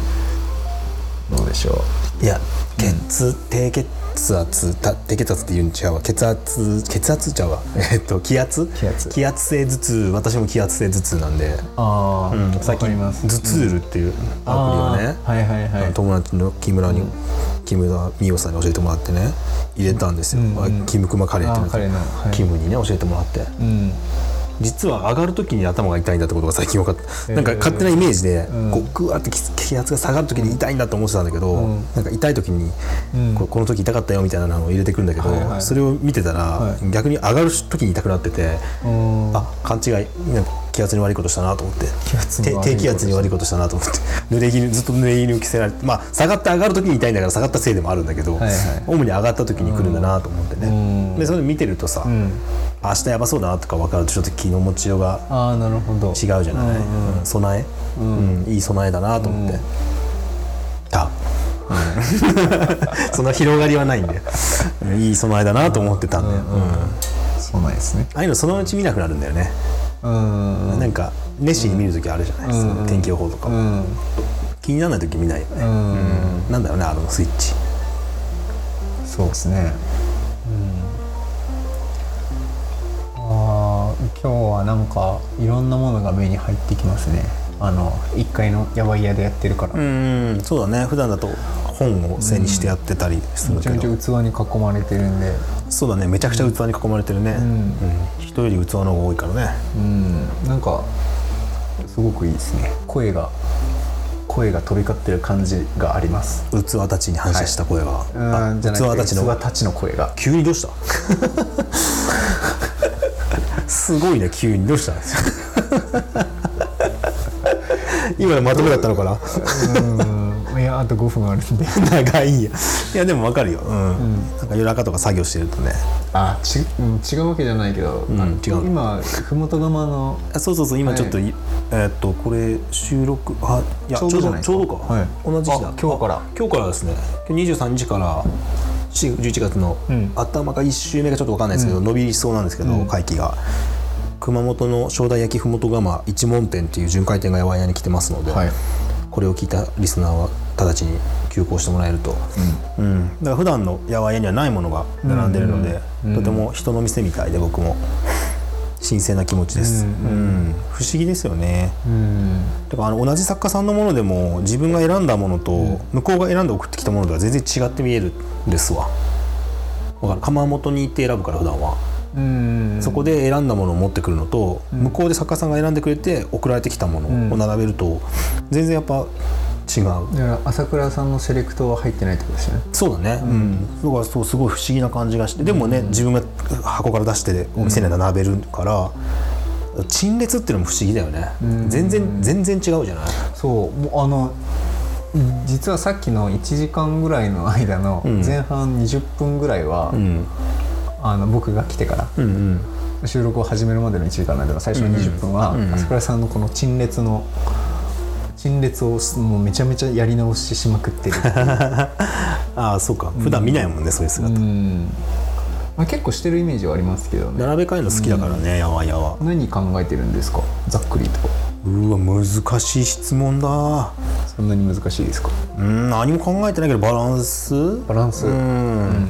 どうでしょう。 いや、血、うん、低血圧、低血圧って言うんちゃうわ、血圧血圧ちゃうわえっと気圧気圧気圧性頭痛、私も気圧性頭痛なんで、あ、うん、最近頭痛るっていうアプリをね、うん、はいはいはい、友達の木村に、うん、木村美桜さんに教えてもらってね、入れたんですよ、うんうん、キムクマカレーっていうの、はい、キムにね教えてもらって、うん、実は上がる時に頭が痛いんだってことが最近分かった、えー、なんか勝手なイメージで、うん、こうグワーって気圧が下がる時に痛いんだと思ってたんだけど、うん、なんか痛い時に、うん、こ, この時痛かったよみたいなのを入れてくるんだけど、はいはい、それを見てたら、はい、逆に上がる時に痛くなってて、あ、勘違い、なんか気圧に悪いことしたなと思って、低気圧に悪いことしたなと思って濡れ衣ずっと濡れ衣を着せられて、まあ下がって上がる時に痛いんだから下がったせいでもあるんだけど、はいはい、主に上がった時に来るんだなと思ってね、うん、でそれ見てるとさ、うん、明日やばそうだなとか分かるとちょっと気の持ちようが違うじゃない、うんうん、備え、うんうん、いい備えだなと思って、うん、あ、うん、そんな広がりはないんでいい備えだなと思ってたんで、うんうんうん、 備えですね。 ああいうのそのうち見なくなるんだよね。うん、なんか熱心に見るときあるじゃないですか、うん、天気予報とかも、うん、気にならないとき見ないよね、うんうん、なんだろうね、あのスイッチ。 そうですね、うん、あ、今日はなんかいろんなものが目に入ってきますね。あのいっかいのやばい屋でやってるから。うん、 そうだね、普段だと本を背にしてやってたりするけど、うん、 めちゃめちゃ器に囲まれてるんで。 そうだね、めちゃくちゃ器に囲まれてるね、うんうん、人より器の方が多いからね、 うん、なんかすごくいいですね。声が声が飛び交ってる感じがあります。 器たちに反射した声が、 はい、あじゃなくて器たちの器たちの声が急にどうしたすごいね、急にどうしたんですよ今のまとめだったのかなうんいやあとごふんあるんで長いんや。いやでも分かるよ、うんうん、なんか夜中とか作業してるとね、 あち、うん、違うわけじゃないけど、うん、違う今麓釜のあそうそうそう今ちょっと、はい、えー、っとこれ収録あいやちょうどじゃないですか、ちょうどか、はい、同じ日だ。 今日から今日からですね、今日にじゅうさんじからじゅういちがつの頭かいっ週目がちょっと分かんないですけど、うん、伸びそうなんですけど、うん、会期が熊本の正代焼ふもと釜一門店っていう巡回店が八百屋に来てますので、はい、これを聞いたリスナーは直ちに休校してもらえると、うんうん、だから普段の八百屋にはないものが並んでるので、うんうん、とても人の店みたいで僕も新鮮な気持ちです、うんうんうん、不思議ですよね、うん、だからあの同じ作家さんのものでも自分が選んだものと向こうが選んで送ってきたものでは全然違って見えるんですわ。だから窯元に行って選ぶから普段は、うん、そこで選んだものを持ってくるのと、うん、向こうで作家さんが選んでくれて送られてきたものを並べると、うん、全然やっぱ違う。だから朝倉さんのセレクトは入ってないってことですよね。 そうだね、うんうん、だからそうすごい不思議な感じがして、でもね、うん、自分が箱から出してお店に並べるから、うん、陳列っていうのも不思議だよね、うん、全然全然違うじゃない。 そうもうあの実はさっきのいちじかんぐらいの間の前半にじゅっぷんぐらいは、うん、あの僕が来てから、うんうん、収録を始めるまでのいちじかんの間の最初のにじゅっぷんは、うんうん、朝倉さんのこの陳列の陳列をもうめちゃめちゃやり直ししまくってるってああそうか、普段見ないもんね、うん、そういう姿、うんまあ、結構してるイメージはありますけどね。 並べ替えるの好きだからね、やわやわ。 何考えてるんですか、ざっくりと。 うわ難しい質問だ。 そんなに難しいですか。 うん何も考えてないけどバランスバランスうん、うん、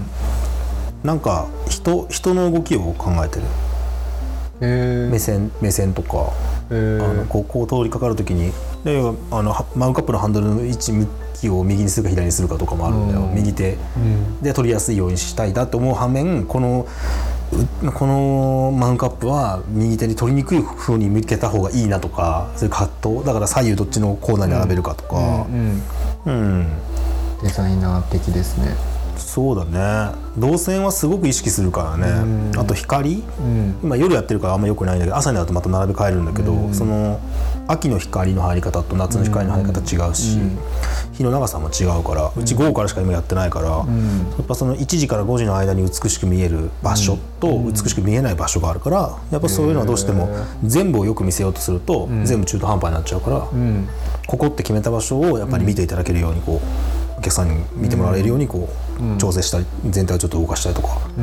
なんか 人, 人の動きを考えてる。へ目線目線とかあのこう、こう通りかかるときにであのマグカップのハンドルの位置向きを右にするか左にするかとかもあるんだよ、うん、右手、うん、で取りやすいようにしたいだと思う反面このこのマグカップは右手に取りにくい風に向けた方がいいなとかそういう葛藤だから左右どっちのコーナーに並べるかとか、うんうんうん、 デザイナー的ですね。 そうだね動線はすごく意識するからね、うん、あと光、うん、今夜やってるからあんま良くないんだけど朝になるとまた並べ替えるんだけど、うん、その秋の光の入り方と夏の光の入り方違うし、うん、日の長さも違うからうち午後からしか今やってないから、うん、やっぱそのいちじからごじの間に美しく見える場所と美しく見えない場所があるからやっぱそういうのはどうしても全部をよく見せようとすると、うん、全部中途半端になっちゃうから、うん、ここって決めた場所をやっぱり見ていただけるようにこうお客さんに見てもらえるようにこう、うん、調整したり全体をちょっと動かしたりとか、うん、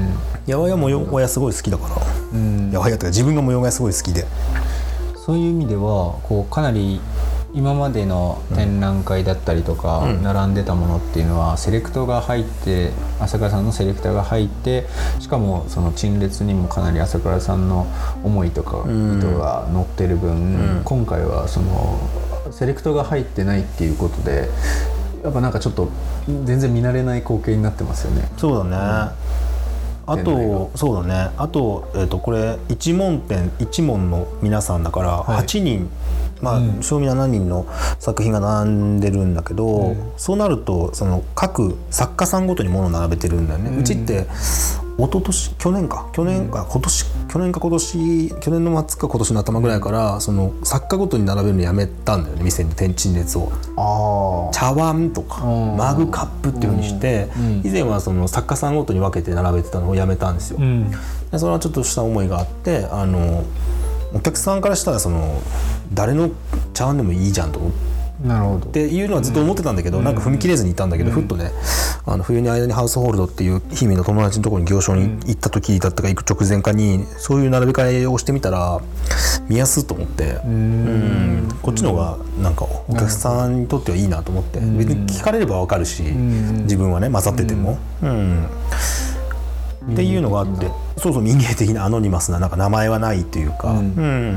八百屋模様がすごい好きだから、うん、八百屋とか自分が模様がすごい好きでそういう意味ではこうかなり今までの展覧会だったりとか、うん、並んでたものっていうのはセレクトが入って朝倉さんのセレクターが入ってしかもその陳列にもかなり朝倉さんの思いとか意図が乗ってる分、うん、今回はそのセレクトが入ってないっていうことでやっぱなんかちょっと全然見慣れない光景になってますよね。 そうだね、うん、あとそうだねあと、えー、とこれ一門店一門の皆さんだからはちにん、はいまあ、正味ななにんの作品が並んでるんだけど、うん、そうなるとその各作家さんごとに物を並べてるんだよね、うん、うちって一昨年去年か去年か今年去年か今年去年の末か今年の頭ぐらいからその作家ごとに並べるのやめたんだよね店に天陳列をあ茶碗とかマグカップっていう風にして、うん、以前はその作家さんごとに分けて並べてたのをやめたんですよ、うん、でそれはちょっとした思いがあってあのお客さんからしたらその誰の茶碗でもいいじゃんと思って。 なるほどっていうのはずっと思ってたんだけど、うん、なんか踏み切れずにいたんだけど、うん、ふっとねあの冬に間にハウスホールドっていう日々の友達のところに行商に行った時だったか行く直前かにそういう並べ替えをしてみたら見やすいと思ってうんうんこっちの方がなんかお客さんにとってはいいなと思って別に聞かれれば分かるし自分はね混ざっててもうん、うんっていうのがあってそうそう民芸的なアノニマスな、なんか名前はないというか、うんうん、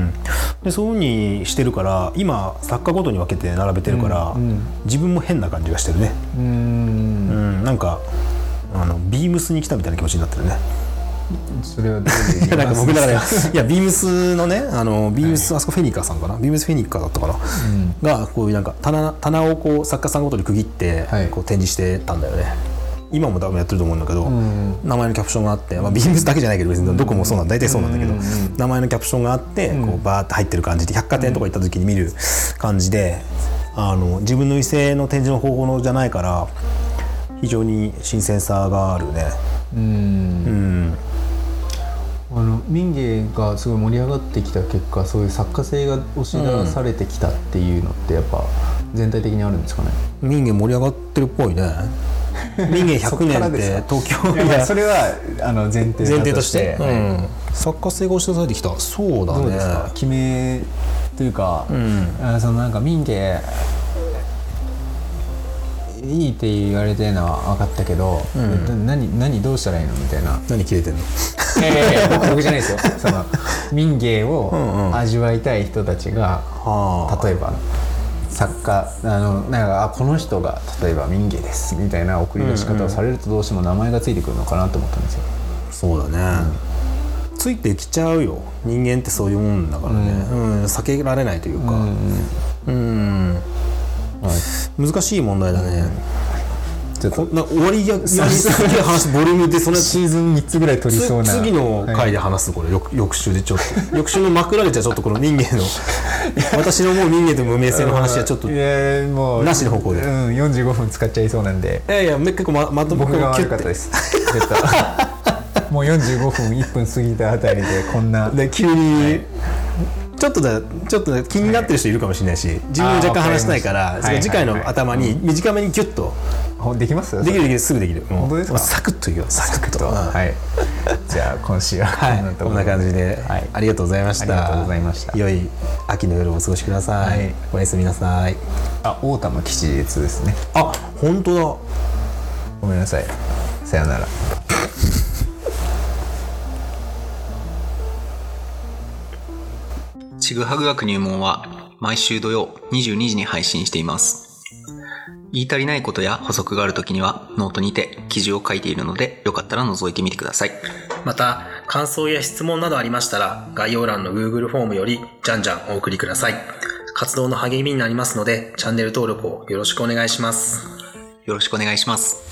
でそういう風にしてるから今作家ごとに分けて並べてるから、うんうん、自分も変な感じがしてるねうん、うん、なんかあのビームスに来たみたいな気持ちになってるねそれはどういういやなんか僕だからいやビームスのねあのビームス、はい、あそこフェニカさんかなビームスフェニカだったかな、うん、がこういうなんか 棚, 棚をこう作家さんごとに区切ってこう展示してたんだよね、はい、今も多分やってると思うんだけど、うん、名前のキャプションがあって、まあ、ビームスだけじゃないけど別にどこもそうなん大体そうなんだけど、うん、名前のキャプションがあってこうバーって入ってる感じで百貨店とか行った時に見る感じで、あの自分の異性の展示の方法じゃないから非常に新鮮さがあるね。うん、うんあの民芸がすごい盛り上がってきた結果そういう作家性が押し出されてきたっていうのってやっぱ全体的にあるんですかね。 民芸盛り上がってるっぽいね。民芸ひゃくねんって東京いやそれはあの前提前提として、うん、作家性が押し出されてきた。そうだね。 どうですか決めというか、うん、あそのなんか民芸いいって言われてるのは分かったけど、うん、何, 何どうしたらいいのみたいな。 何切れてんの。 いやいや僕, 僕じゃないですよ。その民芸を味わいたい人たちが、うんうん、例えば作家あのなんかあこの人が例えば民芸ですみたいな送り出し方をされるとどうしても名前がついてくるのかなと思ったんですよ。 そうだね、うん、ついてきちゃうよ。人間ってそういうもんだからね、うんうん、避けられないというか、うんうん、はい、難しい問題だね、うん、ちょっとな終わりやすぎる話ボリュームでそのシーズンみっつぐらい取りそうな次の回で話す、はい、これ翌週でちょっと翌週の枕でじゃちょっとこの民芸の私のもう民芸と無名性の話はちょっとなしの方向で、 うん、よんじゅうごふん使っちゃいそうなんで。 いやいや結構 ま, まとめ僕が悪かったですもうよんじゅうごふんいっぷん過ぎたあたりでこんなで急に、はい、ちょっとだちょっと気になってる人いるかもしれないし、はい、自分も若干話したいから、その次回の頭に短めにギュッとできます？ できるできるすぐできる。 本当ですか？ サクッといくよサクッと。 はい。じゃあ今週はこんなところ、はい、こんな感じで、はい、ありがとうございました。 ありがとうございました。 良い秋の夜をお過ごしください。はい、おやすみなさい。 あ、オータム吉日ですね。 あ、本当だ。 ごめんなさい。さよなら。 ちぐはぐ学入門は毎週土曜にじゅうにじに配信しています。言い足りないことや補足があるときにはノートにて記事を書いているのでよかったら覗いてみてください。また感想や質問などありましたら概要欄の Google フォームよりじゃんじゃんお送りください。活動の励みになりますのでチャンネル登録をよろしくお願いします。よろしくお願いします。